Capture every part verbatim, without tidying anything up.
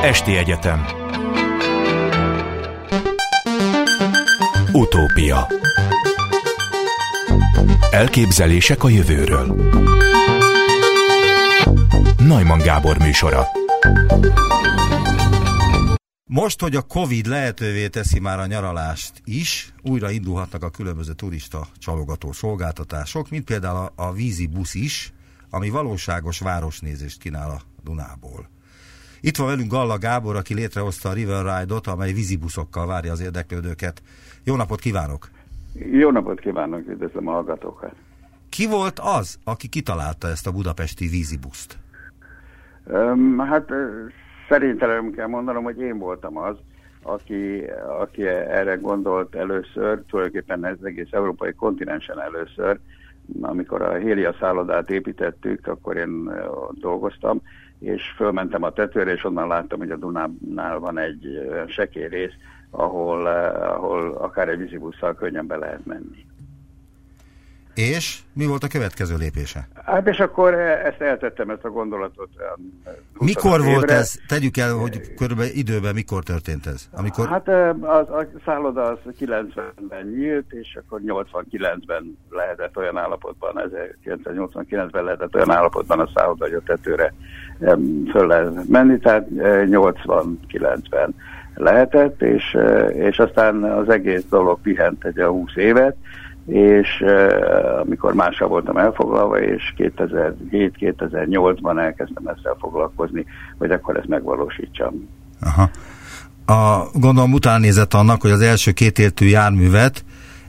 Esti Egyetem. Utópia. Elképzelések a jövőről. Neumann Gábor műsora. Most, hogy a Covid lehetővé teszi már a nyaralást is, újra indulhatnak a különböző turista csalogató szolgáltatások, mint például a, a vízi busz is, ami valóságos városnézést kínál a Dunából. Itt van velünk Galla Gábor, aki létrehozta a River Ride-ot, amely vízibuszokkal várja az érdeklődőket. Jó napot kívánok! Jó napot kívánok, üdvözlöm a hallgatókat! Ki volt az, aki kitalálta ezt a budapesti vízibuszt? Um, hát szerintem kell mondanom, hogy én voltam az, aki, aki erre gondolt először, tulajdonképpen ez egész európai kontinensen először. Amikor a Hélia szállodát építettük, akkor én dolgoztam, és fölmentem a tetőre, és onnan láttam, hogy a Dunánál van egy sekély rész, ahol, ahol akár egy vízibusszal könnyen be lehet menni. És mi volt a következő lépése? Hát és akkor ezt eltettem, ezt a gondolatot. Mikor évre. volt ez? Tegyük el, hogy körülbelül időben mikor történt ez? Amikor... Hát az, a szálloda az kilencvenben nyílt, és akkor nyolcvankilencben lehetett olyan állapotban, ezerkilencszáznyolcvankilencben lehetett olyan állapotban a szálloda, hogy a tetőre föl lehet menni, tehát nyolcvankilencben lehetett, és, és aztán az egész dolog pihent egy a húsz évet, és uh, amikor mással voltam elfoglalva, és kétezer-hét kétezer-nyolcban elkezdtem ezzel foglalkozni, hogy akkor ezt megvalósítsam. Aha. A, gondolom utána nézett annak, hogy az első kétértű járművet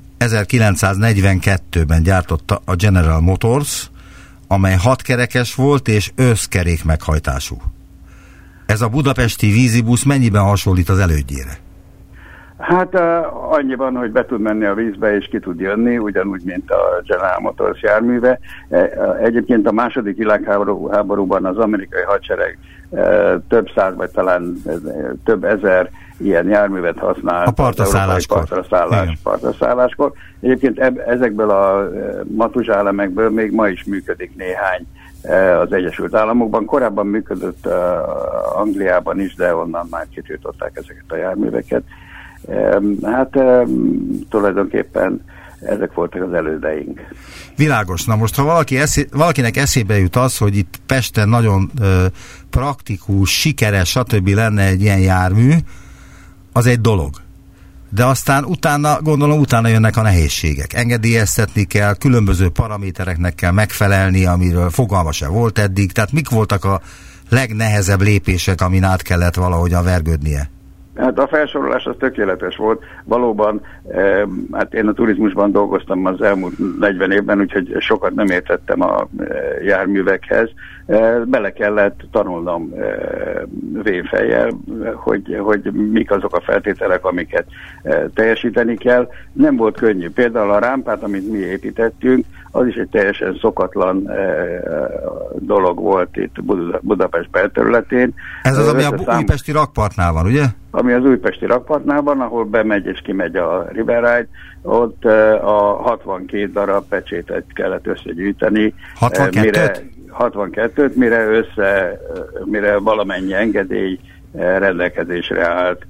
ezerkilencszáznegyvenkettőben gyártotta a General Motors, amely hatkerekes volt és összkerék meghajtású. Ez a budapesti vízibusz mennyiben hasonlít az elődjére? Hát uh, annyiban, hogy be tud menni a vízbe és ki tud jönni, ugyanúgy, mint a General Motors járműve. Uh, egyébként a második világháborúban az amerikai hadsereg uh, több száz, vagy talán uh, több ezer ilyen járművet használt. A partraszálláskor. Partraszállás, partraszálláskor. Egyébként eb- ezekből a uh, matuzsálemekből még ma is működik néhány uh, az Egyesült Államokban. Korábban működött uh, Angliában is, de onnan már kitiltották ezeket a járműveket. Hát tulajdonképpen ezek voltak az elődeink. Világos. Na most, ha valaki eszé, valakinek eszébe jut az, hogy itt Pesten nagyon ö, praktikus, sikeres, stb. Lenne egy ilyen jármű, az egy dolog. De aztán utána, gondolom, utána jönnek a nehézségek. Engedélyeztetni kell, különböző paramétereknek kell megfelelni, amiről fogalma sem volt eddig. Tehát mik voltak a legnehezebb lépések, amin át kellett valahogyan vergődnie? Hát a felsorolás az tökéletes volt. Valóban, eh, hát én a turizmusban dolgoztam az elmúlt negyven évben, úgyhogy sokat nem értettem a eh, járművekhez. Eh, bele kellett tanulnom eh, vénfejjel, hogy, hogy mik azok a feltételek, amiket eh, teljesíteni kell. Nem volt könnyű. Például a rámpát, amit mi építettünk, az is egy teljesen szokatlan eh, dolog volt itt Budapest belterületén. Ez az, ami a szám... újpesti rakpartnál van, ugye? Ami az újpesti rakpartnál van, ahol bemegy és kimegy a River Ride, ott uh, a hatvankét darab pecsétet kellett összegyűjteni. hatvankettőt? Mire, hatvankettőt, mire össze, mire valamennyi engedély rendelkezésre állt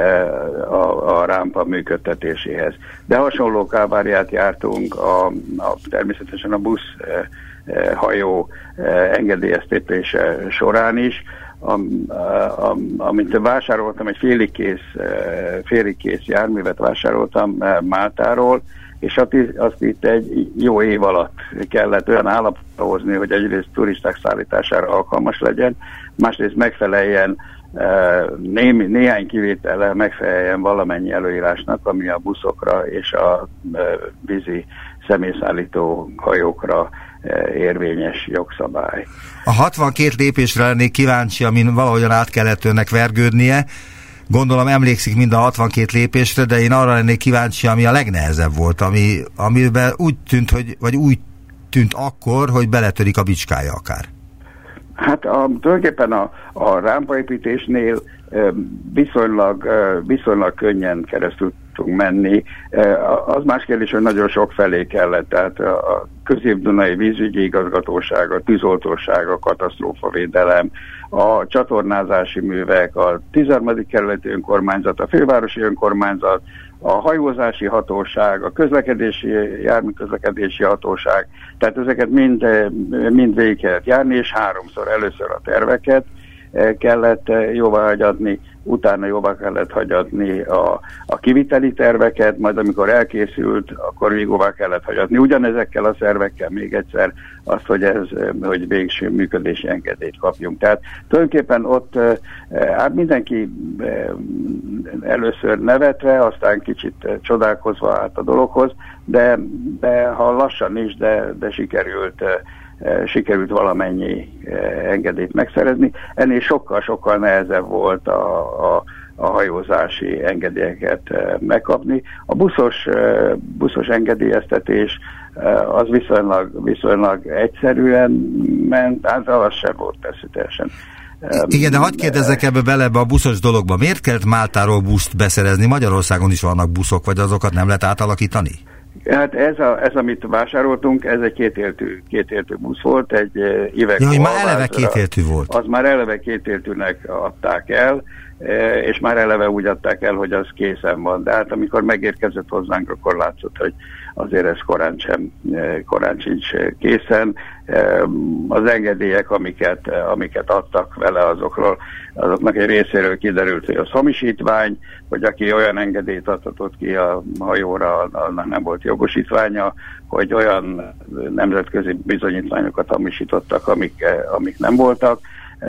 a, a rámpa működtetéséhez. De hasonló káváriát jártunk a, a, természetesen a busz hajó engedélyeztetése során is. Am, am, amit vásároltam, egy félig kész, félig kész járművet vásároltam Máltáról, és azt, azt itt egy jó év alatt kellett olyan állapotra hozni, hogy egyrészt turisták szállítására alkalmas legyen, másrészt megfeleljen némi, néhány kivétellel megfeleljen valamennyi előírásnak, ami a buszokra és a vízi személyszállító hajókra érvényes jogszabály. A hatvankét lépésre lennék kíváncsi, amin valahogyan át kellett önnek vergődnie. Gondolom emlékszik mind a hatvankét lépésre, de én arra lennék kíváncsi, ami a legnehezebb volt, ami, amiben úgy tűnt, hogy, vagy úgy tűnt akkor, hogy beletörik a bicskája akár. Hát a, tulajdonképpen a, a rámpaépítésnél viszonylag, viszonylag könnyen keresztül tudtunk menni. Az más kérdés, hogy nagyon sok felé kellett, tehát a Közép-Dunai Vízügyi Igazgatóság, a tűzoltóság, a katasztrófavédelem, a csatornázási művek, a tizenharmadik kerületi önkormányzat, a fővárosi önkormányzat, a hajózási hatóság, a közlekedési, járműközlekedési hatóság, tehát ezeket mind, mind végig kellett járni, és háromszor először a terveket kellett jóvá hagyatni, utána jóvá kellett hagyatni a, a kiviteli terveket, majd amikor elkészült, akkor még jóvá kellett hagyatni. Ugyanezekkel a szervekkel még egyszer azt, hogy, ez, hogy végső működési engedélyt kapjunk. Tehát tulajdonképpen ott hát mindenki először nevetve, aztán kicsit csodálkozva állt a dologhoz, de, de ha lassan is, de, de sikerült sikerült valamennyi engedélyt megszerezni. Ennél sokkal-sokkal nehezebb volt a, a, a hajózási engedélyeket megkapni. A buszos, buszos engedélyeztetés az viszonylag, viszonylag egyszerűen ment, hát az sem volt persze teljesen. Igen, de hadd kérdezzek ebbe bele ebbe a buszos dologba. Miért kellett Máltáról buszt beszerezni? Magyarországon is vannak buszok, vagy azokat nem lehet átalakítani? Hát ez, a, ez, amit vásároltunk, ez egy kétéltű, kétéltű busz volt, egy Iveco. Ja, hogy már eleve kétéltű volt. Az már eleve kétéltűnek adták el, és már eleve úgy adták el, hogy az készen van. De hát amikor megérkezett hozzánk, akkor látszott, hogy azért ez korán, sem, korán sincs készen. Az engedélyek, amiket, amiket adtak vele, azokról, azoknak egy részéről kiderült, hogy az hamisítvány, hogy aki olyan engedélyt adhatott ki a hajóra, annak nem volt jogosítványa, hogy olyan nemzetközi bizonyítványokat hamisítottak, amik, amik nem voltak.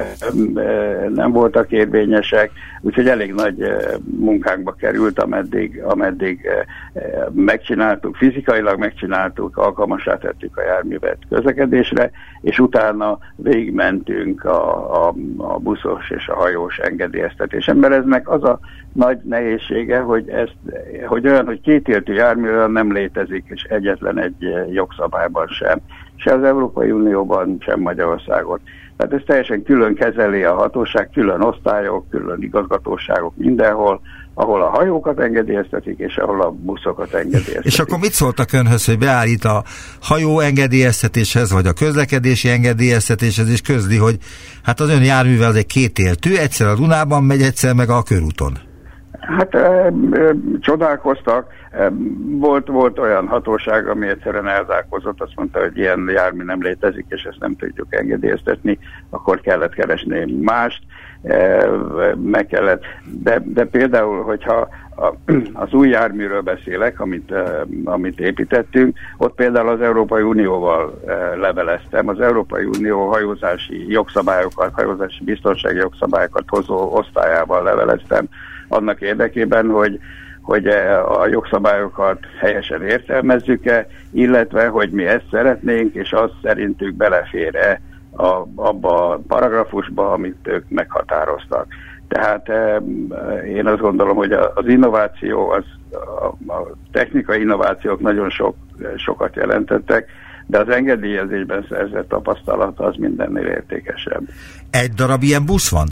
nem voltak érvényesek, úgyhogy elég nagy munkánkba került, ameddig, ameddig megcsináltuk, fizikailag megcsináltuk, alkalmassá tettük a járművet közlekedésre, és utána végigmentünk a, a, a buszos és a hajós engedélyeztetésen, mert eznek az a nagy nehézsége, hogy, ezt, hogy olyan, hogy kétéltű jármű olyan nem létezik, és egyetlen egy jogszabályban sem, se az Európai Unióban, sem Magyarországon. Tehát ez teljesen külön kezeli a hatóság, külön osztályok, külön igazgatóságok mindenhol, ahol a hajókat engedélyeztetik, és ahol a buszokat engedélyeztetik. És akkor mit szóltak önhöz, hogy beállít a hajó engedélyeztetéshez, vagy a közlekedési engedélyeztetéshez, és közli, hogy hát az ön járművel az egy kétéltű, egyszer a Dunában megy, egyszer meg a körúton. Hát e, e, csodálkoztak. E, volt, volt olyan hatóság, ami egyszerűen elzárkózott, azt mondta, hogy ilyen jármű nem létezik, és ezt nem tudjuk engedélyeztetni, akkor kellett keresni mást, e, meg kellett. De, de például, hogyha a, az új járműről beszélek, amit, e, amit építettünk, ott például az Európai Unióval e, leveleztem, az Európai Unió hajózási jogszabályokat, hajózási biztonsági jogszabályokat hozó osztályával leveleztem, annak érdekében, hogy, hogy a jogszabályokat helyesen értelmezzük-e, illetve, hogy mi ezt szeretnénk, és az szerintük belefér-e a, abba a paragrafusba, amit ők meghatároztak. Tehát e, én azt gondolom, hogy az innováció, az, a, a technikai innovációk nagyon sok, sokat jelentettek, de az engedélyezésben szerzett tapasztalat az mindennél értékesebb. Egy darab ilyen busz van?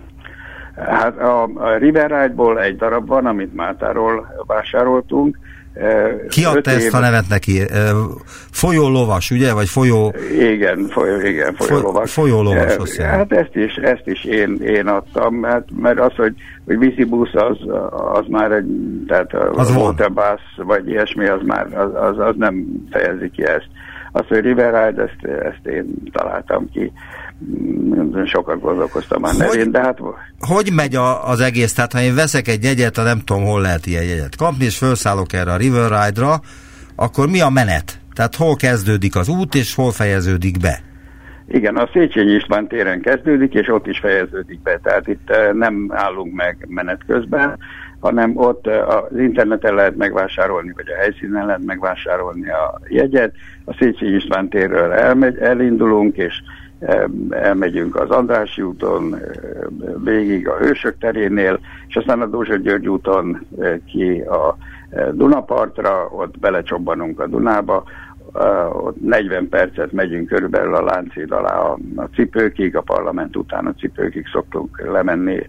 Hát a, a River Ride-ból egy darab van, amit Máltáról vásároltunk. Ki adta ezt év... a nevet neki? Folyólovas, ugye? Vagy folyó... Igen, folyó, igen, folyólovas. Folyólovas, azt jelenti. Hát ezt is, ezt is én, én adtam, hát, mert az, hogy, hogy vízibusz, az, az már egy, tehát az a waterbus, vagy ilyesmi, az már, az, az, az nem fejezi ki ezt. Az, hogy River Ride, ezt, ezt én találtam ki. Sokat gondolkoztam már nevén, de hát... Hogy megy a, az egész? Tehát ha én veszek egy jegyet, a nem tudom, hol lehet ilyen jegyet kapni, és felszállok erre a River Ride-ra, akkor mi a menet? Tehát hol kezdődik az út, és hol fejeződik be? Igen, a Széchenyi István téren kezdődik, és ott is fejeződik be. Tehát itt nem állunk meg menet közben, hanem ott az interneten lehet megvásárolni, vagy a helyszínen lehet megvásárolni a jegyet. A Széchenyi István térről elmegy, elindulunk, és elmegyünk az Andrássy úton végig a Hősök terénél, és aztán a Dózsa György úton ki a Dunapartra, ott belecsobbanunk a Dunába, ott negyven percet megyünk körülbelül a Lánchíd alá a, a Cipőkig, a parlament után a Cipőkig szoktunk lemenni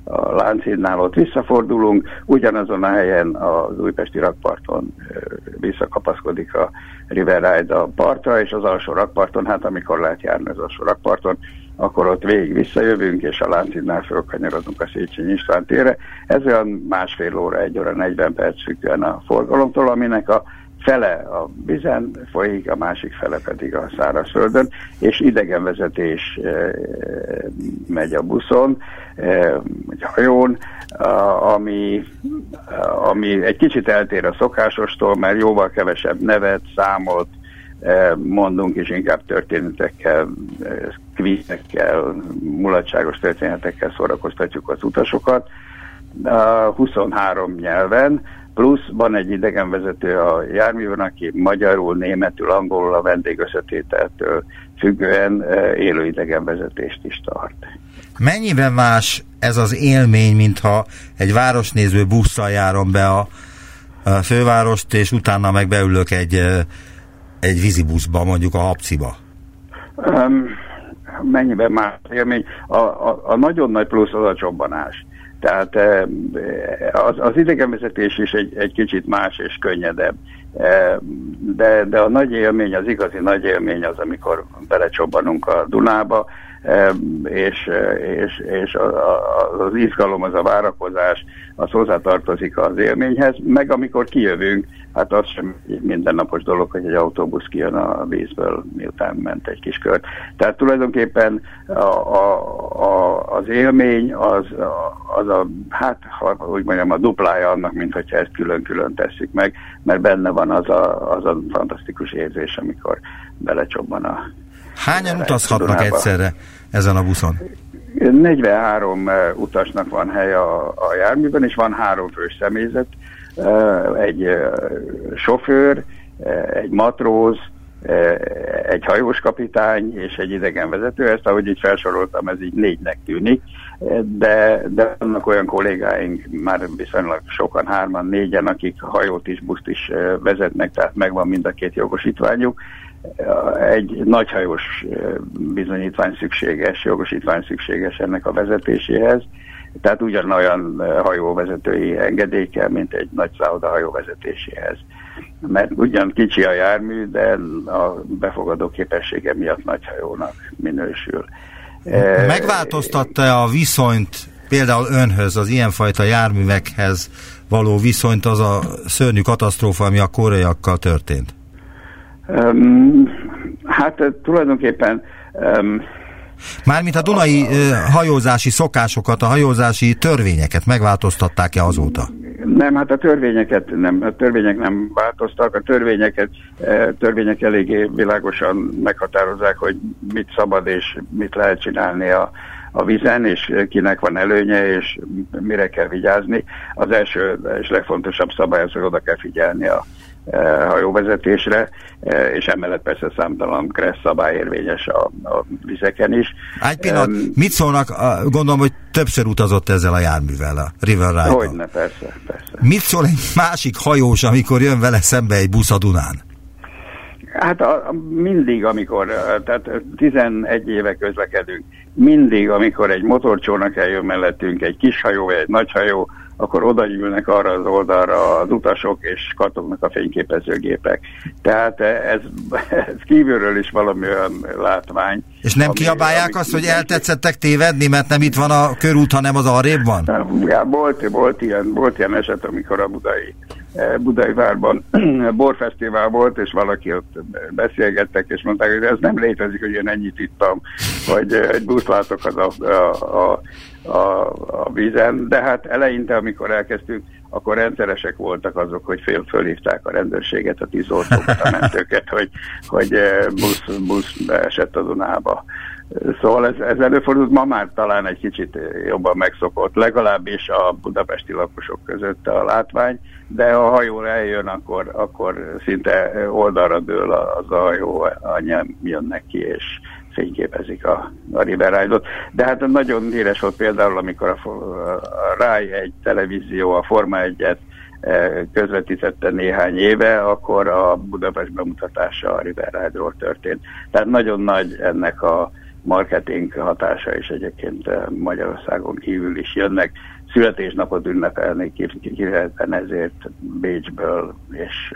a Lánchídnál, ott visszafordulunk, ugyanazon a helyen az újpesti rakparton visszakapaszkodik a River Ride a partra, és az alsó rakparton, hát amikor lehet járni az alsó rakparton, akkor ott végig visszajövünk, és a Lánchídnál fölkanyarodunk a Széchenyi István térre. Ez olyan másfél óra, egy óra, negyven perc függően a forgalomtól, aminek a fele a vízen folyik, a másik fele pedig a szárazföldön, és idegenvezetés e, megy a buszon, e, vagy hajón, a, ami, ami egy kicsit eltér a szokásostól, mert jóval kevesebb nevet, számot e, mondunk, és inkább történetekkel, kvízekkel, mulatságos történetekkel szórakoztatjuk az utasokat. huszonhárom nyelven, plusz van egy idegenvezető a járművön, aki magyarul, németül, angolul a vendégösszetételtől függően élő idegenvezetést is tart. Mennyiben más ez az élmény, mintha egy városnéző busszal járom be a, a fővárost, és utána meg beülök egy, egy vízibuszba, mondjuk a Habciba? Um, mennyiben más élmény? A, a, a nagyon nagy plusz az a csobbanás. Tehát az, az idegenvezetés is egy, egy kicsit más és könnyedebb. De, de a nagy élmény, az igazi nagy élmény az, amikor belecsobbanunk a Dunába, és, és, és az izgalom, az a várakozás, az hozzátartozik az élményhez, meg amikor kijövünk, hát az sem mindennapos dolog, hogy egy autóbusz kijön a vízből, miután ment egy kis kört. Tehát tulajdonképpen a, a, a, az élmény az, az a, hát úgy mondjam, a duplája annak, mint hogyha ezt külön-külön tesszük meg, mert benne van az a, az a fantasztikus érzés, amikor belecsobban a... Hányan utazhatnak egyszerre ezen a buszon? negyvenhárom utasnak van hely a, a járműben, és van három fős személyzet, egy sofőr, egy matróz, egy hajóskapitány és egy idegenvezető. Ezt, ahogy így felsoroltam, ez így négynek tűnik, de, de vannak olyan kollégáink, már viszonylag sokan, hárman, négyen, akik hajót is, buszt is vezetnek, tehát megvan mind a két jogosítványuk. Egy nagyhajós bizonyítvány szükséges, jogosítvány szükséges ennek a vezetéséhez, tehát ugyanolyan hajóvezetői engedély kell, mint egy nagy szálloda hajóvezetéséhez. Mert ugyan kicsi a jármű, de a befogadó képessége miatt nagyhajónak minősül. Megváltoztatta a viszonyt például önhöz, az ilyenfajta járművekhez való viszonyt az a szörnyű katasztrófa, ami a koreaiakkal történt? Um, hát tulajdonképpen... Um, Mármint a dunai uh, hajózási szokásokat, a hajózási törvényeket megváltoztatták-e azóta? Nem, hát a törvényeket nem, a törvények nem változtak, a törvényeket, törvények eléggé világosan meghatározzák, hogy mit szabad és mit lehet csinálni a, a vízen, és kinek van előnye, és mire kell vigyázni. Az első és legfontosabb szabály az, hogy oda kell figyelni a hajóvezetésre, és emellett persze számtalan kressz szabály érvényes a, a vizeken is. Egy pillanat, um, mit szólnak, gondolom, hogy többször utazott ezzel a járművel, a River Ride-on. Hogyne, persze, persze. Mit szól egy másik hajós, amikor jön vele szembe egy busz a Dunán? Hát a, mindig, amikor, tehát tizenegy éve közlekedünk, mindig, amikor egy motorcsónak eljön mellettünk, egy kis hajó vagy egy nagy hajó, akkor odagyűlnek arra az oldalra az utasok, és kattognak a fényképezőgépek. Tehát ez, ez kívülről is valami olyan látvány. És nem ami, kiabálják azt, hogy eltetszettek tévedni, mert nem itt van a körút, hanem az arrébb van? Ja, volt, volt, ilyen, volt ilyen eset, amikor a budai, budai várban borfesztivál volt, és valaki ott beszélgettek, és mondták, hogy ez nem létezik, hogy én ennyit ittam, hogy egy buszt látok az a, a, a A, a vízen, de hát eleinte, amikor elkezdtünk, akkor rendszeresek voltak azok, hogy fél fölhívták a rendőrséget, a tűzoltókat, a mentőket, hogy, hogy busz, busz beesett a Dunába. Szóval ez, ez előfordult, ma már talán egy kicsit jobban megszokott, legalábbis a budapesti lakosok között a látvány, de ha a hajó eljön, akkor, akkor szinte oldalra dől az a hajó, annyian jönnek ki, és fényképezik a, a River Ride-ot. De hát nagyon híres volt például, amikor a, a Rai egy televízió a Forma egyet közvetítette néhány éve, akkor a Budapest bemutatása a River Ride-ról történt. Tehát nagyon nagy ennek a marketing hatása is egyébként Magyarországon kívül is jönnek. Születésnapot ünnepelni kifejezetten ezért Bécsből, és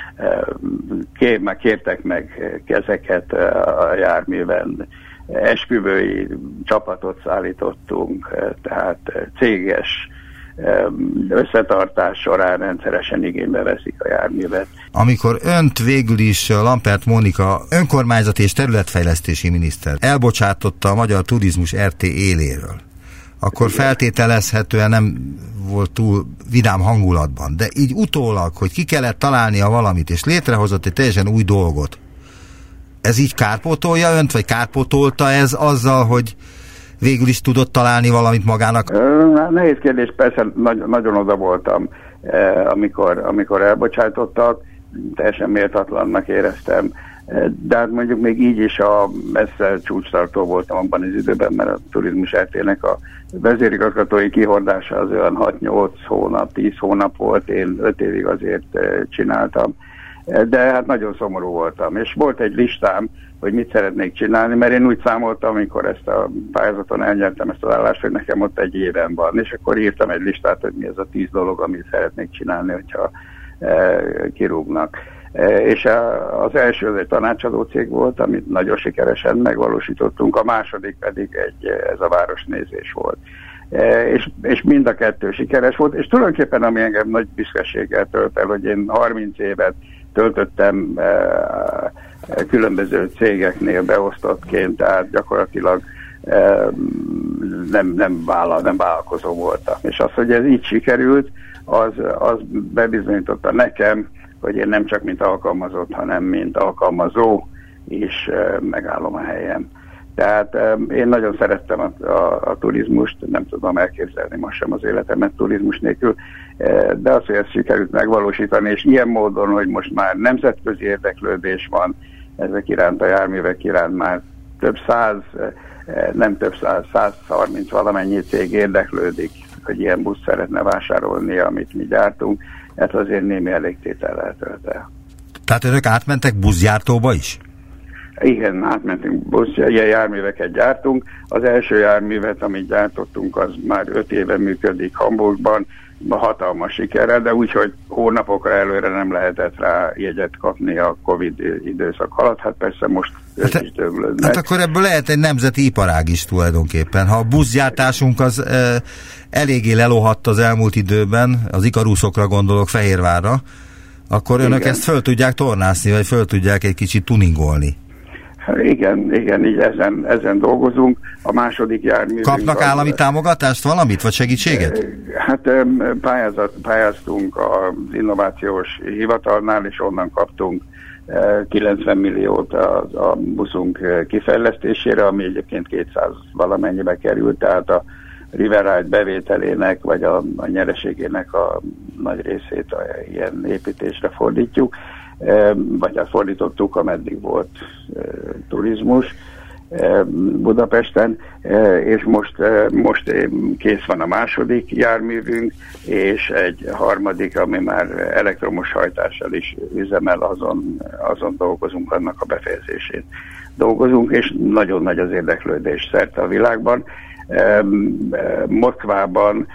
kér, meg kértek meg kezeket a járműven, esküvői csapatot szállítottunk, tehát céges összetartás során rendszeresen igénybe veszik a járművet. Amikor önt végül is Lampert Mónika önkormányzati és területfejlesztési miniszter elbocsátotta a magyar turizmus er té éléről, akkor igen, feltételezhetően nem volt túl vidám hangulatban, de így utólag, hogy ki kellett találnia valamit, és létrehozott egy teljesen új dolgot, ez így kárpótolja önt, vagy kárpótolta ez azzal, hogy végül is tudott találni valamit magának? Nehéz kérdés, persze nagy, nagyon oda voltam, amikor, amikor elbocsátottak, teljesen méltatlannak éreztem, de hát mondjuk még így is a messze csúcstartó voltam abban az időben, mert a turizmus er té-nek a vezérigazgatói kihordása az olyan hat-nyolc hónap, tíz hónap volt, én öt évig azért csináltam, de hát nagyon szomorú voltam, és volt egy listám, hogy mit szeretnék csinálni, mert én úgy számoltam, amikor ezt a pályázaton elnyertem ezt az állást, hogy nekem ott egy éven van, és akkor írtam egy listát, hogy mi ez a tíz dolog, amit szeretnék csinálni, hogyha e, kirúgnak. E, és a, az első az egy tanácsadó cég volt, amit nagyon sikeresen megvalósítottunk, a második pedig egy, ez a városnézés volt. E, és, és mind a kettő sikeres volt, és tulajdonképpen ami engem nagy büszkeséggel tölt el, hogy én harminc évet töltöttem e, különböző cégeknél beosztottként, tehát gyakorlatilag e, nem, nem, vállal, nem vállalkozó voltam. És az, hogy ez így sikerült, az, az bebizonyította nekem, hogy én nem csak mint alkalmazott, hanem mint alkalmazó is e, megállom a helyem. Tehát e, én nagyon szerettem a, a, a turizmust, nem tudom elképzelni most sem az életemet turizmus nélkül, e, de az, hogy ezt sikerült megvalósítani, és ilyen módon, hogy most már nemzetközi érdeklődés van, ezek iránt a járművek iránt már több száz, nem több száz, százharminc valamennyi cég érdeklődik, hogy ilyen buszt szeretne vásárolni, amit mi gyártunk, ez azért némi elégtétellel tölt el. Tehát önök átmentek buszgyártóba is? Igen, átmentünk busz, ilyen járműveket gyártunk. Az első járművet, amit gyártottunk, az már öt éve működik Hamburgban, hatalmas sikerrel, de úgyhogy hónapokra előre nem lehetett rá jegyet kapni a Covid időszak alatt, hát persze most hát, is döglődnek. Hát akkor ebből lehet egy nemzeti iparág is tulajdonképpen. Ha a buszgyártásunk az e, eléggé lelohadt az elmúlt időben, az Ikaruszokra gondolok, Fehérvárra, akkor önök igen, ezt föl tudják tornászni, vagy föl tudják egy kicsit tuningolni. Igen, igen, így ezen, ezen dolgozunk. A második járművünk... Kapnak állami az, támogatást valamit, vagy segítséget? Hát pályázat, pályáztunk az innovációs hivatalnál, és onnan kaptunk kilencven milliót a, a buszunk kifejlesztésére, ami egyébként kétszáz valamennyibe került, tehát a Riverride bevételének, vagy a, a nyereségének a nagy részét a ilyen építésre fordítjuk, vagy hát fordítottuk, ameddig volt e, turizmus e, Budapesten, e, és most, e, most kész van a második járművünk, és egy harmadik, ami már elektromos hajtással is üzemel, azon, azon dolgozunk, annak a befejezésén dolgozunk, és nagyon nagy az érdeklődés szerte a világban. E, e, Moszkvában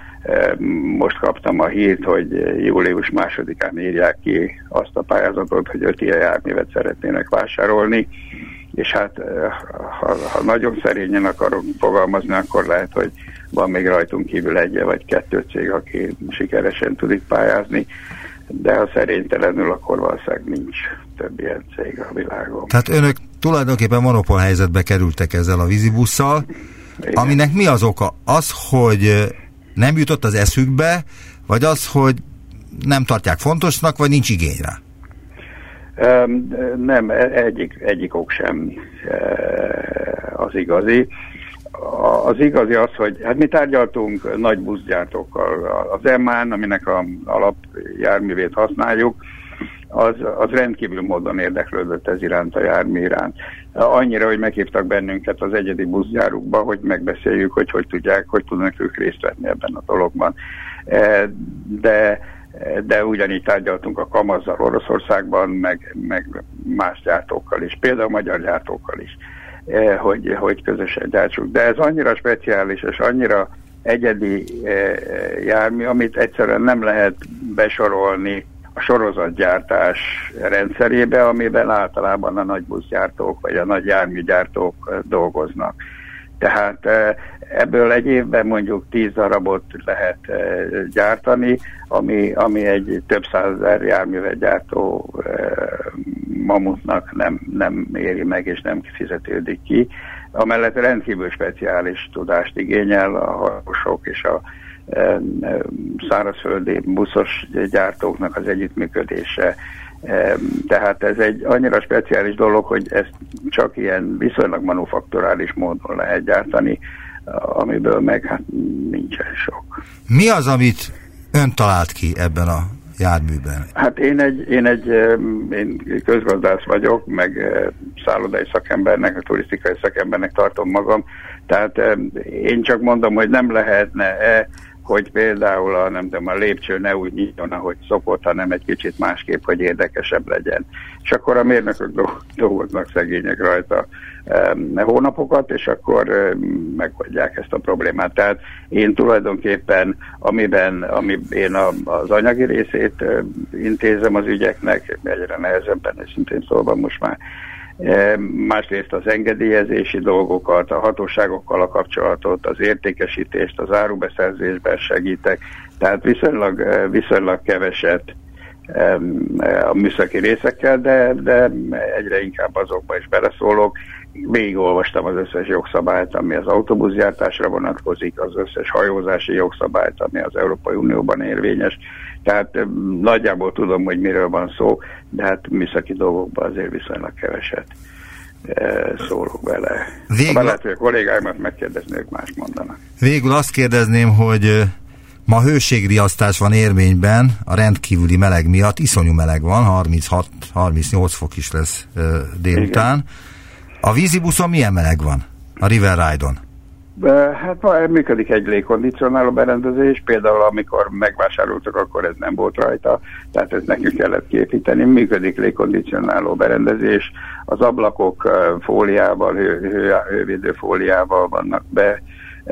most kaptam a hírt, hogy július másodikán írják ki azt a pályázatot, hogy öt ilyen járművet szeretnének vásárolni, és hát ha, ha nagyon szerényen akarok fogalmazni, akkor lehet, hogy van még rajtunk kívül egy vagy kettő cég, aki sikeresen tudik pályázni, de ha szerénytelenül, akkor valószínűleg nincs több ilyen cég a világon. Tehát önök tulajdonképpen monopól helyzetbe kerültek ezzel a vízibusszal, aminek mi az oka? Az, hogy nem jutott az eszükbe, vagy az, hogy nem tartják fontosnak, vagy nincs igény rá? Um, nem, egyik, egyik ok sem az igazi. Az igazi az, hogy hát mi tárgyaltunk nagy buszgyártókkal. Az em á-n, aminek az alapjárművét használjuk, az, az rendkívül módon érdeklődött ez iránt, a jármű iránt. Annyira, hogy meghívtak bennünket az egyedi buszgyárukba, hogy megbeszéljük, hogy hogy tudják, hogy tudnak ők részt venni ebben a dologban. De, de ugyanígy tárgyaltunk a Kamazzal Oroszországban, meg, meg más gyártókkal is, például magyar gyártókkal is. hogy, hogy közösen gyártsuk. De ez annyira speciális és annyira egyedi jármű, amit egyszerűen nem lehet besorolni a sorozatgyártás rendszerébe, amiben általában a nagy buszgyártók vagy a nagy járműgyártók dolgoznak. Tehát ebből egy évben mondjuk tíz darabot lehet gyártani, ami, ami egy több százezer járművet gyártó mamutnak nem, nem éri meg és nem fizetődik ki. Amellett rendkívül speciális tudást igényel a hajósok és a szárazföldi buszos gyártóknak az együttműködése. Tehát ez egy annyira speciális dolog, hogy ezt csak ilyen viszonylag manufakturális módon lehet gyártani, amiből meg hát nincsen sok. Mi az, amit ön talált ki ebben a járműben? Hát én egy, én egy én közgazdász vagyok, meg szállodai szakembernek, turisztikai szakembernek tartom magam, tehát én csak mondom, hogy nem lehetne-e, hogy például a, nem tudom, a lépcső ne úgy nyíljon, ahogy szokott, hanem egy kicsit másképp, hogy érdekesebb legyen. És akkor a mérnökök dolgoznak szegények rajta um, hónapokat, és um, megoldják ezt a problémát. Tehát én tulajdonképpen, amiben ami én a, az anyagi részét um, intézem az ügyeknek, egyre nehezebben, és szintén szólva most már, másrészt az engedélyezési dolgokat, a hatóságokkal a kapcsolatot, az értékesítést, az árubeszerzésben segítek, tehát viszonylag, viszonylag keveset a műszaki részekkel, de, de egyre inkább azokba is beleszólok. Végigolvastam az összes jogszabályt, ami az autóbuszgyártásra vonatkozik, az összes hajózási jogszabályt, ami az Európai Unióban érvényes. Tehát nagyjából tudom, hogy miről van szó, de hát műszaki dolgokban azért viszonylag keveset szólok bele. Végül... Lehet, hogy a kollégáimat megkérdezni, ők más mondanak. Végül azt kérdezném, hogy ma hőségriasztás van érvényben, a rendkívüli meleg miatt, iszonyú meleg van, harminchat harmincnyolc fok is lesz délután. Igen. A vízibuszon milyen meleg van? A River Ride-on? Hát működik egy légkondicionáló berendezés, például amikor megvásároltuk, akkor ez nem volt rajta, tehát ezt nekünk kellett képíteni. Működik légkondicionáló berendezés, az ablakok fóliával, hő, hő, hővédő fóliával vannak be,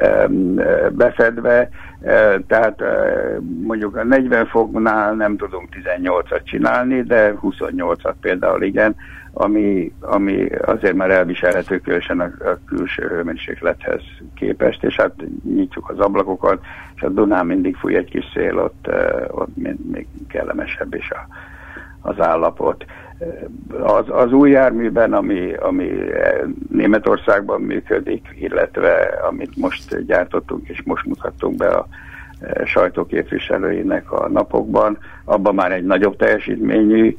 befedve, tehát mondjuk a negyven foknál nem tudunk tizennyolcat csinálni, de huszonnyolcat például igen, ami, ami azért már elviselhető különösen a, a külső hőmérséklethez képest, és hát nyitjuk az ablakokat, és a Dunán mindig fúj egy kis szél, ott, ott még kellemesebb is a, az állapot. Az, az új járműben, ami, ami Németországban működik, illetve amit most gyártottunk és most mutattunk be a sajtóképviselőinek a napokban, abban már egy nagyobb teljesítményű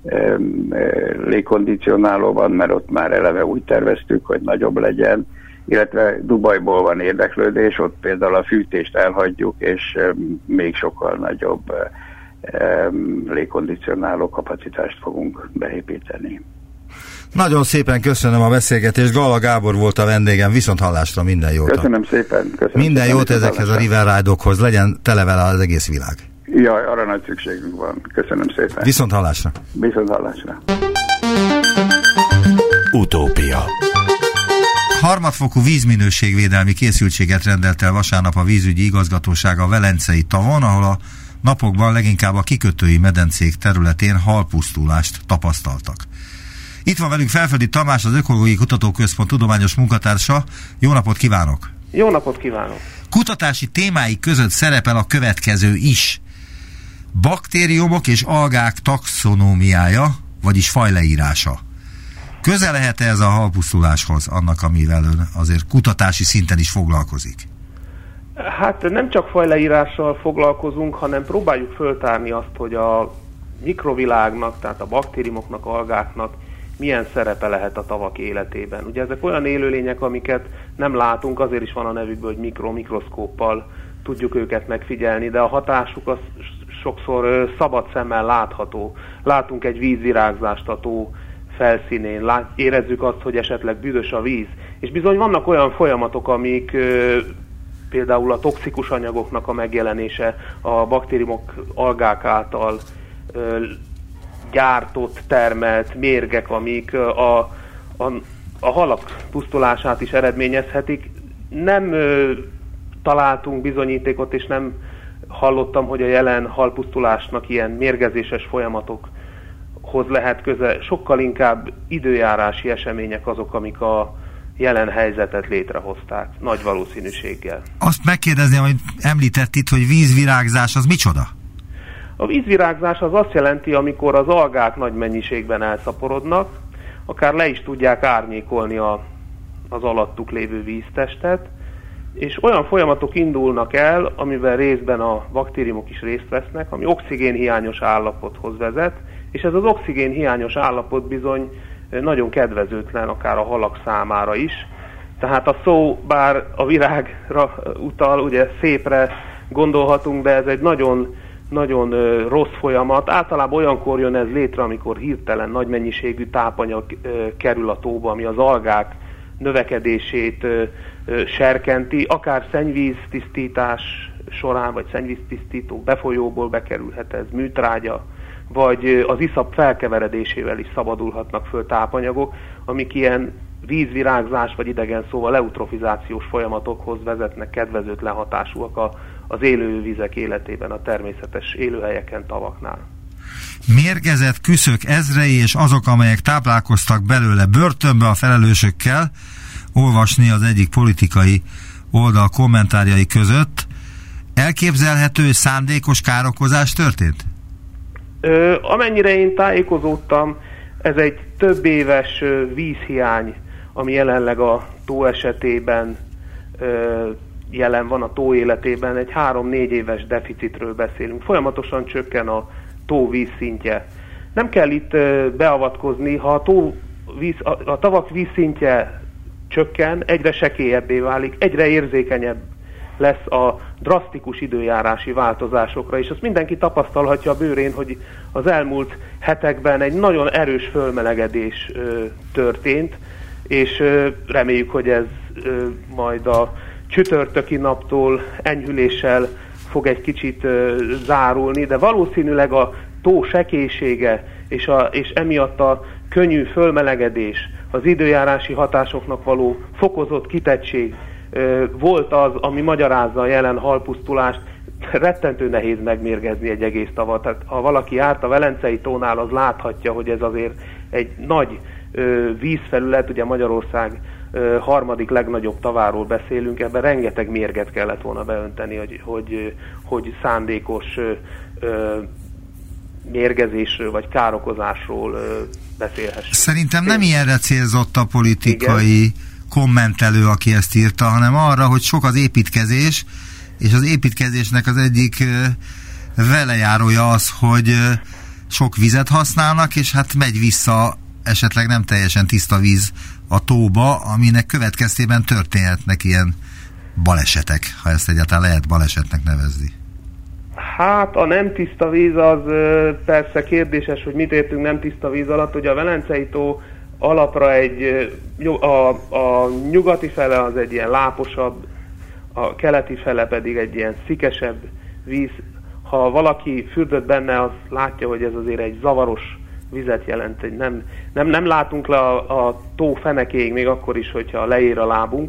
légkondicionáló van, mert ott már eleve úgy terveztük, hogy nagyobb legyen, illetve Dubajból van érdeklődés, ott például a fűtést elhagyjuk, és még sokkal nagyobb légkondicionáló kapacitást fogunk beépíteni. Nagyon szépen köszönöm a beszélgetést, Galla Gábor volt a vendégem, viszont hallásra, minden jót. Köszönöm szépen. Köszönöm minden szépen, jót ezekhez a River Ride-okhoz, legyen tele vele az egész világ. Jaj, arra nagy szükségünk van. Köszönöm szépen. Viszont hallásra. Viszont hallásra. Utópia. Harmadfokú vízminőségvédelmi készültséget rendelt el vasárnap a vízügyi igazgatóság a Velencei tavon, ahol a napokban leginkább a kikötői medencék területén halpusztulást tapasztaltak. Itt van velünk Felföldi Tamás, az Ökológiai Kutatóközpont tudományos munkatársa. Jó napot kívánok! Jó napot kívánok! Kutatási témái között szerepel a következő is. Baktériumok és algák taxonómiája, vagyis fajleírása. Közel lehet-e ez a halpusztuláshoz, annak, amivel ön azért kutatási szinten is foglalkozik? Hát nem csak fajleírással foglalkozunk, hanem próbáljuk föltárni azt, hogy a mikrovilágnak, tehát a baktériumoknak, algáknak milyen szerepe lehet a tavak életében. Ugye ezek olyan élőlények, amiket nem látunk, azért is van a nevükből, hogy mikro, mikroszkóppal tudjuk őket megfigyelni, de a hatásuk az sokszor szabad szemmel látható. Látunk egy vízvirágzást a tó felszínén, lát, érezzük azt, hogy esetleg büdös a víz. És bizony vannak olyan folyamatok, amik ö, például a toxikus anyagoknak a megjelenése, a baktériumok, algák által ö, gyártott, termelt mérgek, amik a, a, a halak pusztulását is eredményezhetik. Nem ö, találtunk bizonyítékot, és nem hallottam, hogy a jelen halpusztulásnak ilyen mérgezéses folyamatokhoz lehet köze. Sokkal inkább időjárási események azok, amik a jelen helyzetet létrehozták, nagy valószínűséggel. Azt megkérdezném, hogy említett itt, hogy vízvirágzás, az micsoda? A vízvirágzás az azt jelenti, amikor az algák nagy mennyiségben elszaporodnak, akár le is tudják árnyékolni a, az alattuk lévő víztestet, és olyan folyamatok indulnak el, amiben részben a baktériumok is részt vesznek, ami oxigénhiányos állapothoz vezet, és ez az oxigénhiányos állapot bizony nagyon kedvezőtlen akár a halak számára is. Tehát a szó bár a virágra utal, ugye szépre gondolhatunk, de ez egy nagyon, nagyon rossz folyamat. Általában olyankor jön ez létre, amikor hirtelen nagy mennyiségű tápanyag kerül a tóba, ami az algák növekedését serkenti, akár szennyvíztisztítás során, vagy szennyvíztisztító befolyóból bekerülhet ez, műtrágya, vagy az iszap felkeveredésével is szabadulhatnak föl tápanyagok, amik ilyen vízvirágzás, vagy idegen szóval eutrofizációs folyamatokhoz vezetnek, kedvezőtlen hatásúak a, az élővizek életében, a természetes élőhelyeken, tavaknál. Mérgezett küszök ezrei, és azok, amelyek táplálkoztak belőle börtönbe a felelősökkel, olvasni az egyik politikai oldal kommentárjai között. Elképzelhető, hogy szándékos károkozás történt? Ö, amennyire én tájékozódtam, ez egy több éves ö, vízhiány, ami jelenleg a tó esetében ö, jelen van, a tó életében. Egy három-négy éves deficitről beszélünk. Folyamatosan csökken a tó vízszintje. Nem kell itt ö, beavatkozni, ha a, tó víz, a, a tavak vízszintje csökken, egyre sekélyebbé válik, egyre érzékenyebb lesz a drasztikus időjárási változásokra, és azt mindenki tapasztalhatja a bőrén, hogy az elmúlt hetekben egy nagyon erős fölmelegedés ö, történt, és ö, reméljük, hogy ez ö, majd a csütörtöki naptól enyhüléssel fog egy kicsit ö, zárulni, de valószínűleg a tó sekélysége és, a, és emiatt a könnyű fölmelegedés, az időjárási hatásoknak való fokozott kitettség volt az, ami magyarázza a jelen halpusztulást. Rettentő nehéz megmérgezni egy egész tavat. Tehát, ha valaki járt a Velencei tónál, az láthatja, hogy ez azért egy nagy ö, vízfelület, ugye Magyarország ö, harmadik legnagyobb taváról beszélünk, ebben rengeteg mérget kellett volna beönteni, hogy, hogy, hogy szándékos ö, ö, mérgezésről vagy károkozásról ö, beszélhessünk. Szerintem nem ilyenre célzott a politikai Igen. kommentelő, aki ezt írta, hanem arra, hogy sok az építkezés, és az építkezésnek az egyik velejárója az, hogy sok vizet használnak, és hát megy vissza esetleg nem teljesen tiszta víz a tóba, aminek következtében történhetnek ilyen balesetek, ha ezt egyáltalán lehet balesetnek nevezni. Hát a nem tiszta víz az persze kérdéses, hogy mit értünk nem tiszta víz alatt. Ugye a Velencei tó alapra egy, a, a nyugati fele az egy ilyen láposabb, a keleti fele pedig egy ilyen szikesebb víz. Ha valaki fürdött benne, az látja, hogy ez azért egy zavaros vizet jelent. Egy nem, nem, nem látunk le a, a tó fenekéig, még akkor is, hogyha leér a lábunk.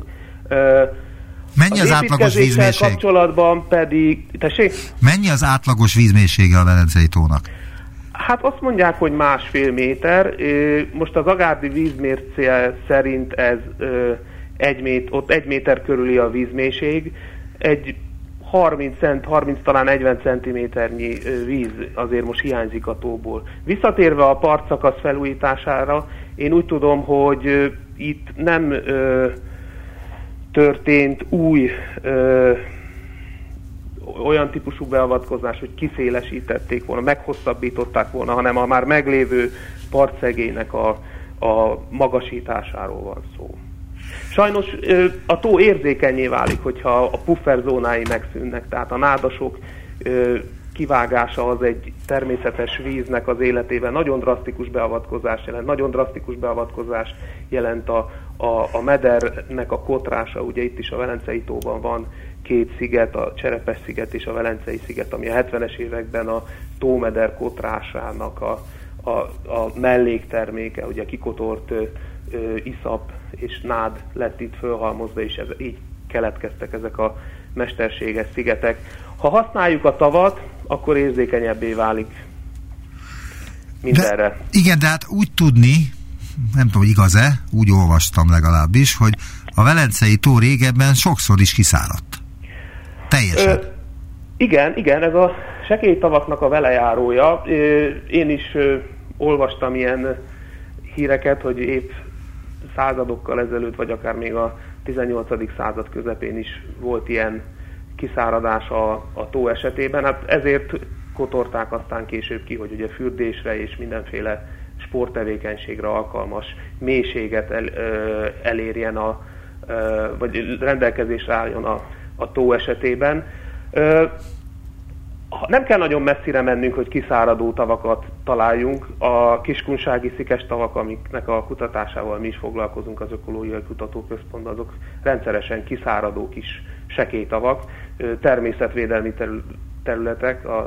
Mennyi az, az átlagos vízmélység? Kapcsolatban pedig... Tessék? Mennyi az átlagos vízmélysége a Velencei tónak? Hát azt mondják, hogy másfél méter. Most az agárdi vízmérce szerint ez egy méter, ott egy méter körüli a vízmélység. Egy harminc cent, harminc talán negyven centiméternyi víz azért most hiányzik a tóból. Visszatérve a partszakasz felújítására, én úgy tudom, hogy itt nem ö, történt új ö, olyan típusú beavatkozás, hogy kiszélesítették volna, meghosszabbították volna, hanem a már meglévő partszegélynek a, a magasításáról van szó. Sajnos a tó érzékenyé válik, hogyha a pufferzónái megszűnnek, tehát a nádasok kivágása az egy természetes víznek az életében nagyon drasztikus beavatkozás jelent, nagyon drasztikus beavatkozás jelent a, a, a medernek a kotrása, ugye itt is a Velencei tóban van két sziget, a Cserepes-sziget és a Velencei sziget, ami a hetvenes években a tómeder kotrásának a, a, a mellékterméke, ugye kikotort ö, ö, iszap és nád lett itt fölhalmozva, és ez, így keletkeztek ezek a mesterséges szigetek. Ha használjuk a tavat, akkor érzékenyebbé válik mindenre. De, igen, de hát úgy tudni, nem tudom, hogy igaz-e, úgy olvastam legalábbis, hogy a Velencei tó régebben sokszor is kiszáradt. Teljesen. Ö, igen, igen, ez a sekélytavaknak a velejárója. Ö, én is ö, olvastam ilyen híreket, hogy épp századokkal ezelőtt, vagy akár még a tizennyolcadik század közepén is volt ilyen kiszáradás a, a tó esetében. Hát ezért kotorták aztán később ki, hogy ugye fürdésre és mindenféle sporttevékenységre alkalmas mélységet el, ö, elérjen, a, ö, vagy rendelkezésre álljon a, a tó esetében. Ö, nem kell nagyon messzire mennünk, hogy kiszáradó tavakat találjunk. A kiskunsági szikes tavak, amiknek a kutatásával mi is foglalkozunk az Ökológiai Kutatóközpontban, azok rendszeresen kiszáradó kis sekélytavak, természetvédelmi területek, a,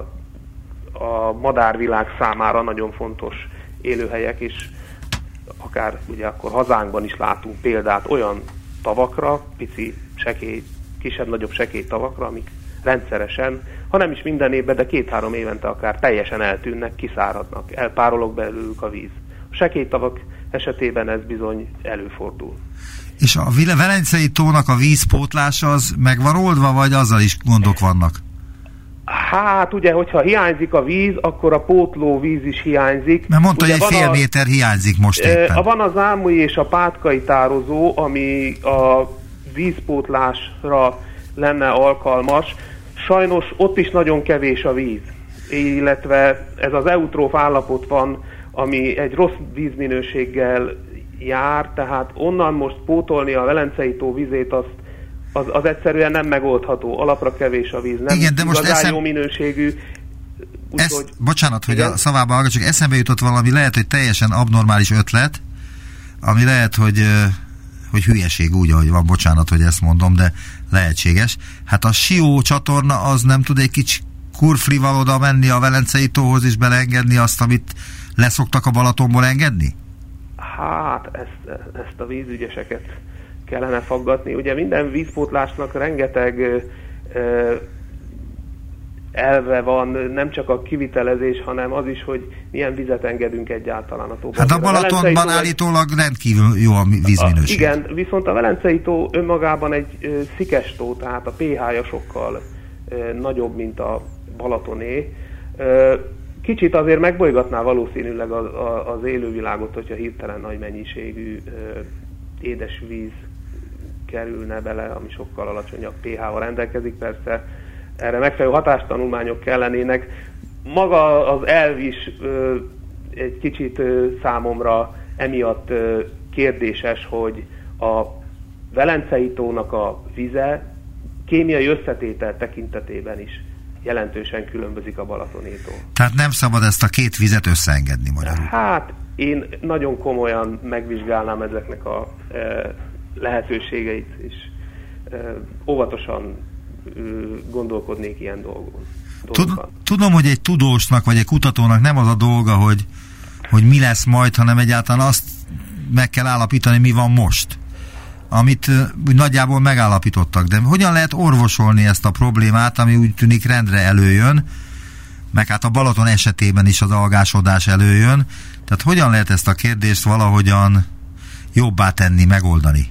a madárvilág számára nagyon fontos élőhelyek, és akár ugye akkor hazánkban is látunk példát olyan tavakra, pici, sekély, kisebb-nagyobb sekély tavakra, amik rendszeresen, ha nem is minden évben, de két-három évente akár teljesen eltűnnek, kiszáradnak, elpárolog belőlük a víz. A sekélytavak esetében ez bizony előfordul. És a Velencei tónak a vízpótlása az meg van oldva, vagy azzal is gondok vannak? Hát ugye, hogyha hiányzik a víz, akkor a pótló víz is hiányzik. Mert mondta, ugye hogy egy fél a, méter hiányzik most éppen. E, van az ámui és a pátkai tározó, ami a vízpótlásra lenne alkalmas. Sajnos ott is nagyon kevés a víz, illetve ez az eutróf állapot van, ami egy rossz vízminőséggel jár, tehát onnan most pótolni a Velencei tó vizét, azt, az, az egyszerűen nem megoldható. Alapra kevés a víz, nem igen, de most igazán eszem... jó minőségű. Úgy, Ez, hogy... Bocsánat, hogy igen? a szavába hallgat, csak eszembe jutott valami, lehet, hogy teljesen abnormális ötlet, ami lehet, hogy, hogy hülyeség úgy, ahogy van, bocsánat, hogy ezt mondom, de lehetséges. Hát a Sió csatorna az nem tud egy kicsi kurflival oda menni a Velencei tóhoz és beleengedni azt, amit leszoktak a Balatonból engedni? Hát, ezt, ezt a vízügyeseket kellene faggatni. Ugye minden vízpótlásnak rengeteg ö, elve van, nem csak a kivitelezés, hanem az is, hogy milyen vizet engedünk egyáltalán a tóban. Hát a Balatonban a állítólag rendkívül jó a vízminőség. Igen, viszont a Velencei tó önmagában egy ö, szikes tó, tehát a pé há-ja sokkal ö, nagyobb, mint a Balatoné. Ö, kicsit azért megbolygatná valószínűleg az, az élővilágot, hogyha hirtelen nagy mennyiségű ö, édes víz kerülne bele, ami sokkal alacsonyabb pé há-val rendelkezik. Persze erre megfelelő hatástanulmányok kellenének. Maga az elv is ö, egy kicsit ö, számomra emiatt ö, kérdéses, hogy a Velencei tónak a vize kémiai összetétel tekintetében is jelentősen különbözik a Balatonétól. Tehát nem szabad ezt a két vizet összeengedni magyarul? Hát én nagyon komolyan megvizsgálnám ezeknek a e, lehetőségeit, és e, óvatosan e, gondolkodnék ilyen dolgon. Tud, tudom, hogy egy tudósnak vagy egy kutatónak nem az a dolga, hogy, hogy mi lesz majd, hanem egyáltalán azt meg kell állapítani, mi van most, amit úgy nagyjából megállapítottak. De hogyan lehet orvosolni ezt a problémát, ami úgy tűnik rendre előjön, meg hát a Balaton esetében is az algásodás előjön. Tehát hogyan lehet ezt a kérdést valahogyan jobbá tenni, megoldani?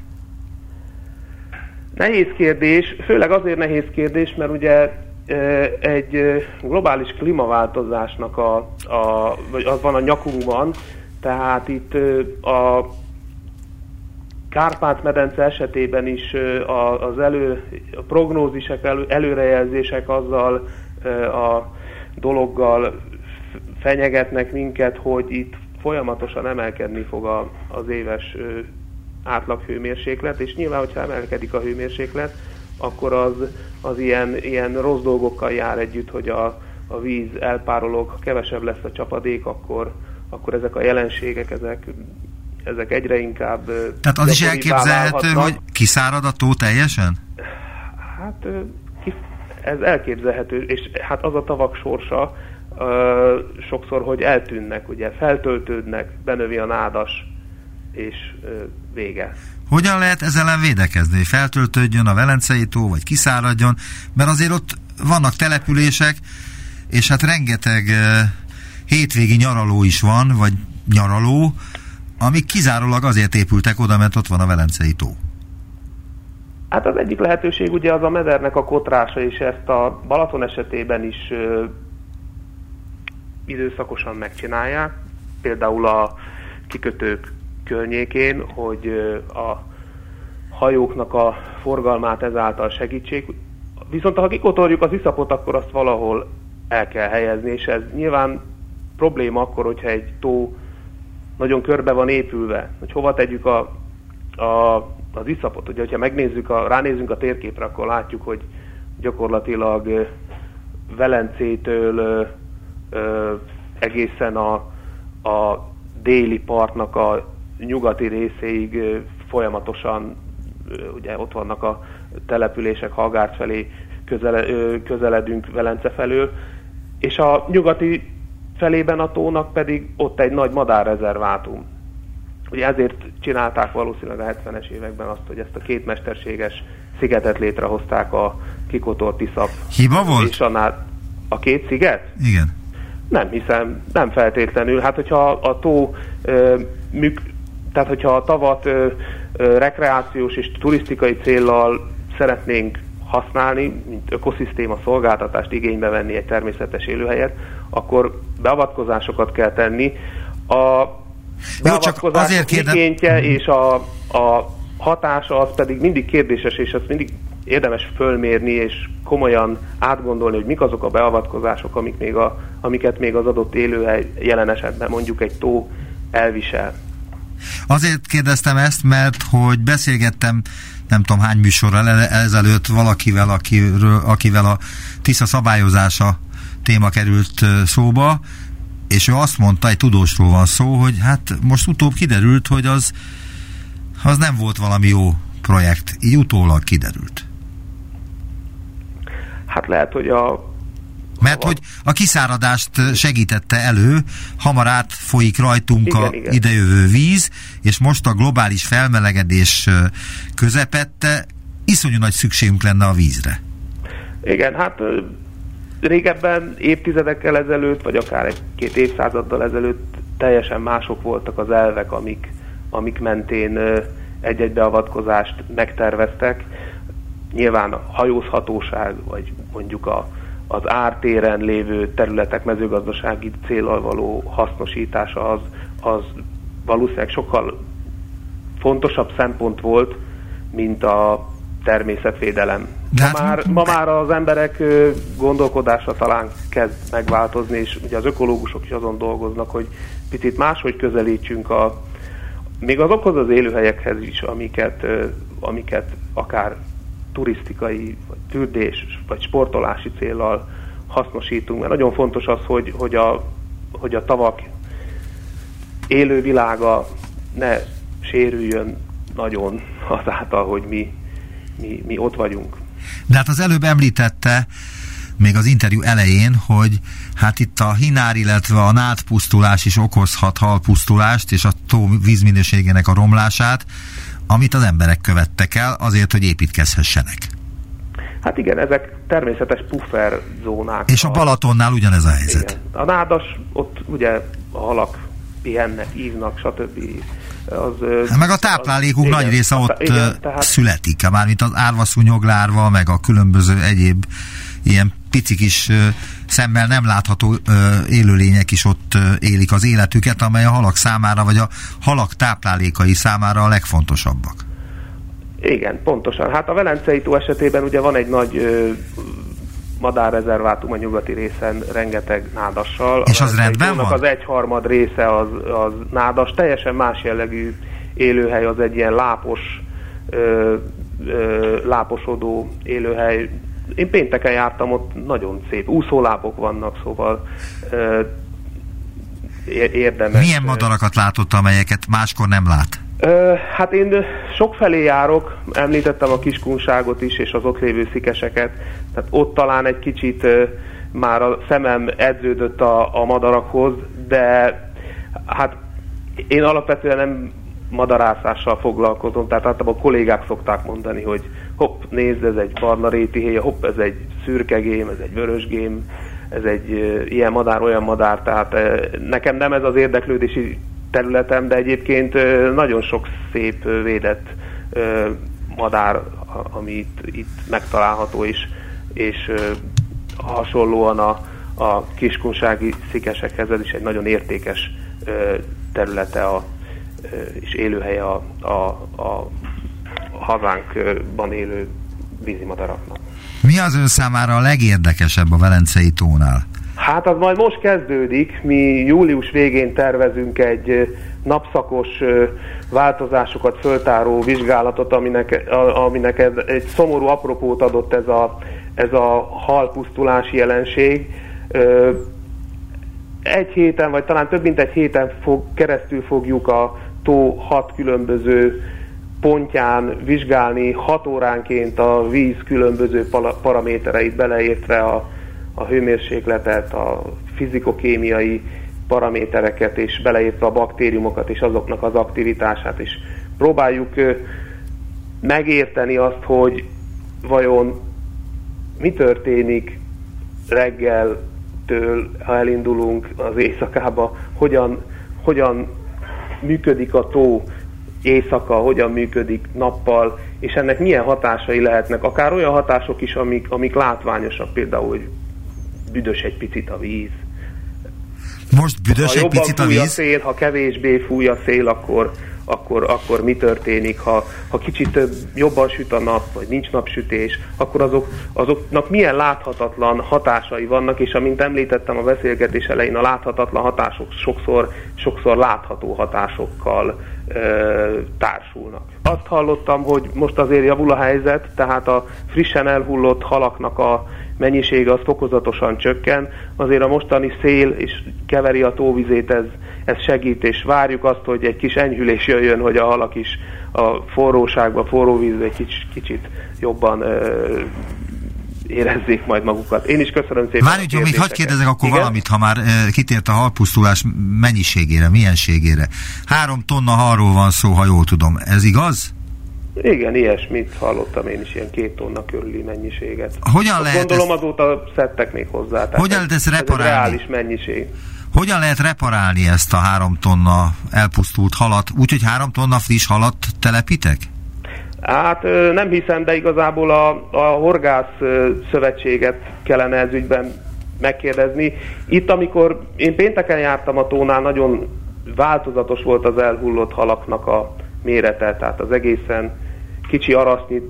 Nehéz kérdés, főleg azért nehéz kérdés, mert ugye egy globális klímaváltozásnak a, a, vagy az van a nyakunkban, tehát itt a Kárpát-medence esetében is az elő, a prognózisek, elő, előrejelzések azzal a dologgal fenyegetnek minket, hogy itt folyamatosan emelkedni fog a, az éves átlaghőmérséklet, és nyilván, hogyha emelkedik a hőmérséklet, akkor az, az ilyen, ilyen rossz dolgokkal jár együtt, hogy a, a víz elpárolog, ha kevesebb lesz a csapadék, akkor, akkor ezek a jelenségek, ezek, ezek egyre inkább... Tehát az is elképzelhető, hogy kiszárad a tó teljesen? Hát ez elképzelhető, és hát az a tavak sorsa sokszor, hogy eltűnnek, ugye feltöltődnek, benövi a nádas, és vége. Hogyan lehet ezzel ellen védekezni, hogy feltöltődjön a Velencei tó, vagy kiszáradjon, mert azért ott vannak települések, és hát rengeteg hétvégi nyaraló is van, vagy nyaraló, amik kizárólag azért épültek oda, mert ott van a Velencei tó. Hát az egyik lehetőség ugye az a medernek a kotrása, és ezt a Balaton esetében is ö, időszakosan megcsinálják. Például a kikötők környékén, hogy ö, a hajóknak a forgalmát ezáltal segítsék. Viszont ha kikotorjuk az iszapot, akkor azt valahol el kell helyezni, és ez nyilván probléma akkor, hogyha egy tó nagyon körbe van épülve, hogy hova tegyük a, a, az iszapot. Ugye, hogyha megnézzük, a, ránézzünk a térképre, akkor látjuk, hogy gyakorlatilag Velencétől ö, ö, egészen a, a déli partnak a nyugati részéig ö, folyamatosan, ö, ugye ott vannak a települések, Hallgárd felé közele, ö, közeledünk Velence felől, és a nyugati felében a tónak pedig ott egy nagy madárrezervátum. Ugye ezért csinálták valószínűleg a hetvenes években azt, hogy ezt a két mesterséges szigetet létrehozták, a kikotort iszap. Hiba volt? És a, a két sziget? Igen. Nem hiszem, nem feltétlenül. Hát hogyha a tó ö, műk, tehát hogyha a tavat ö, ö, rekreációs és turisztikai céllal szeretnénk használni, mint ökoszisztéma szolgáltatást igénybe venni egy természetes élőhelyet, akkor beavatkozásokat kell tenni. A beavatkozás igénye és a, a hatása az pedig mindig kérdéses, és azt mindig érdemes fölmérni, és komolyan átgondolni, hogy mik azok a beavatkozások, amik még a, amiket még az adott élőhely jelen esetben mondjuk egy tó elvisel. Azért kérdeztem ezt, mert hogy beszélgettem nem tudom hány műsorral ezelőtt valakivel, akiről, akivel a Tisza szabályozása téma került szóba, és ő azt mondta, egy tudósról van szó, hogy hát most utóbb kiderült, hogy az, az nem volt valami jó projekt. Így utólag kiderült. Hát lehet, hogy a... Mert hogy a kiszáradást segítette elő, hamar átfolyik rajtunk igen, a igen. idejövő víz, és most a globális felmelegedés közepette iszonyú nagy szükségünk lenne a vízre. Igen, hát régebben évtizedekkel ezelőtt, vagy akár egy-két évszázaddal ezelőtt teljesen mások voltak az elvek, amik, amik mentén egy-egy beavatkozást megterveztek. Nyilván a hajózhatóság, vagy mondjuk a az ártéren lévő területek mezőgazdasági céllal való hasznosítása az, az valószínűleg sokkal fontosabb szempont volt, mint a természetvédelem. Ma már, ma már az emberek gondolkodása talán kezd megváltozni, és ugye az ökológusok is azon dolgoznak, hogy picit máshogy közelítsünk a, még azokhoz az élőhelyekhez is, amiket, amiket akár turisztikai, vagy fürdés, vagy sportolási céllal hasznosítunk, mert nagyon fontos az, hogy, hogy, a, hogy a tavak élővilága ne sérüljön nagyon azáltal, hogy mi, mi, mi ott vagyunk. De hát az előbb említette, még az interjú elején, hogy hát itt a hinár, illetve a nádpusztulás is okozhat halpusztulást, és a tó vízminőségének a romlását, amit az emberek követtek el azért, hogy építkezhessenek. Hát igen, ezek természetes puffer zónák. És a Balatonnál ugyanez a helyzet. Igen. A nádas, ott ugye a halak pihennek, ívnak, stb. Az, meg a táplálékuk az, nagy igen, része ott igen, tehát... születik, mármint az árvaszúnyoglárva, meg a különböző egyéb ilyen pici kis szemmel nem látható élőlények is ott élik az életüket, amely a halak számára, vagy a halak táplálékai számára a legfontosabbak. Igen, pontosan. Hát a Velencei tó esetében ugye van egy nagy ö, madárrezervátum a nyugati részen, rengeteg nádassal. És az rendben van? Az egyharmad része az, az nádas, teljesen más jellegű élőhely, az egy ilyen lápos, ö, ö, láposodó élőhely. Én pénteken jártam, ott nagyon szép úszólápok vannak, szóval ö, érdemes. Milyen madarakat látott, amelyeket máskor nem lát? Ö, hát én sokfelé járok, említettem a Kiskunságot is, és az ott lévő szikeseket, tehát ott talán egy kicsit ö, már a szemem edződött a, a madarakhoz, de hát én alapvetően nem madarászással foglalkozom, tehát általában a kollégák szokták mondani, hogy hopp, nézd, ez egy barna rétihéja, hopp, ez egy szürkegém, ez egy vörösgém, ez egy uh, ilyen madár, olyan madár, tehát uh, nekem nem ez az érdeklődési területem, de egyébként uh, nagyon sok szép uh, védett uh, madár, ami itt, itt megtalálható is, és uh, hasonlóan a, a kiskunsági szikesekhez ez is egy nagyon értékes uh, területe a, uh, és élőhelye a, a, a hazánkban élő vízimadaraknak. Mi az ön számára a legérdekesebb a Velencei tónál? Hát az majd most kezdődik. Mi július végén tervezünk egy napszakos változásokat föltáró vizsgálatot, aminek, aminek ez, egy szomorú apropót adott ez a, ez a halpusztulási jelenség. Egy héten, vagy talán több mint egy héten fog, keresztül fogjuk a tó hat különböző pontján vizsgálni hat óránként a víz különböző paramétereit, beleértve a, a hőmérsékletet, a fizikokémiai paramétereket, és beleértve a baktériumokat és azoknak az aktivitását, és próbáljuk megérteni azt, hogy vajon mi történik reggeltől, ha elindulunk az éjszakába, hogyan, hogyan működik a tó éjszaka, hogyan működik nappal, és ennek milyen hatásai lehetnek, akár olyan hatások is, amik, amik látványosak, például, hogy büdös egy picit a víz. Most büdös ha egy picit a víz? Ha jobban fúj a szél, ha kevésbé fúj a szél, akkor, akkor, akkor mi történik? Ha, ha kicsit több, jobban süt a nap, vagy nincs napsütés, akkor azok, azoknak milyen láthatatlan hatásai vannak, és amint említettem a beszélgetés elején, a láthatatlan hatások sokszor, sokszor látható hatásokkal ö, társulnak. Azt hallottam, hogy most azért javul a helyzet, tehát a frissen elhullott halaknak a mennyisége az fokozatosan csökken, azért a mostani szél és keveri a tóvizét, ez, ez segít, és várjuk azt, hogy egy kis enyhülés jöjjön, hogy a halak is a forróságban, forró vízben egy kicsit, kicsit jobban ö, érezzék majd magukat. Én is köszönöm szépen. Várj, hogy még hadd kérdezek akkor igen? valamit, ha már e, kitért a halpusztulás mennyiségére, mienségére. Három tonna halról van szó, ha jól tudom. Ez igaz? Igen, ilyesmit hallottam én is, ilyen két tonna körüli mennyiséget. Hogyan lehet gondolom ezt... azóta szedtek még hozzá. Hogyan lehet ezt reparálni? Ez reális mennyiség. Hogyan lehet reparálni ezt a három tonna elpusztult halat? Úgyhogy három tonna friss halat telepítek? Hát nem hiszem, de igazából a, a horgász szövetséget kellene ez ügyben megkérdezni. Itt, amikor én pénteken jártam a tónál, nagyon változatos volt az elhullott halaknak a mérete, tehát az egészen kicsi arasznyi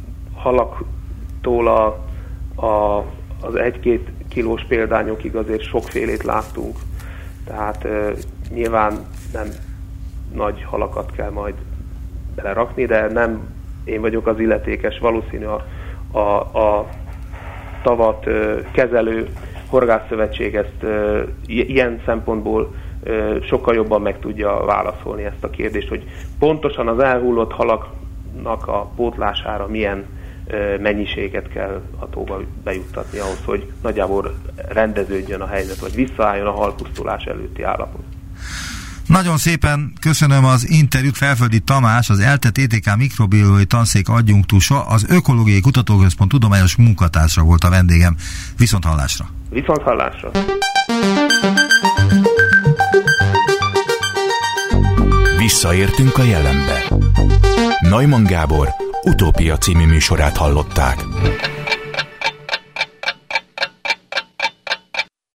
halaktól a, a, az egy-két kilós példányokig azért sokfélét láttunk. Tehát e, nyilván nem nagy halakat kell majd belerakni, de nem én vagyok az illetékes, valószínű a, a, a tavat e, kezelő horgászszövetség ezt e, ilyen szempontból e, sokkal jobban meg tudja válaszolni ezt a kérdést, hogy pontosan az elhullott halaknak a pótlására milyen e, mennyiséget kell a tóba bejuttatni ahhoz, hogy nagyjából rendeződjön a helyzet, vagy visszaálljon a halpusztulás előtti állapot. Nagyon szépen köszönöm az interjút. Felföldi Tamás, az ELTE té té ká mikrobiológiai tanszék adjunktusa, az Ökológiai Kutatóközpont tudományos munkatársa volt a vendégem. Viszont hallásra! Viszont hallásra! Visszaértünk a jelenbe. Neumann Gábor Utópia című műsorát hallották.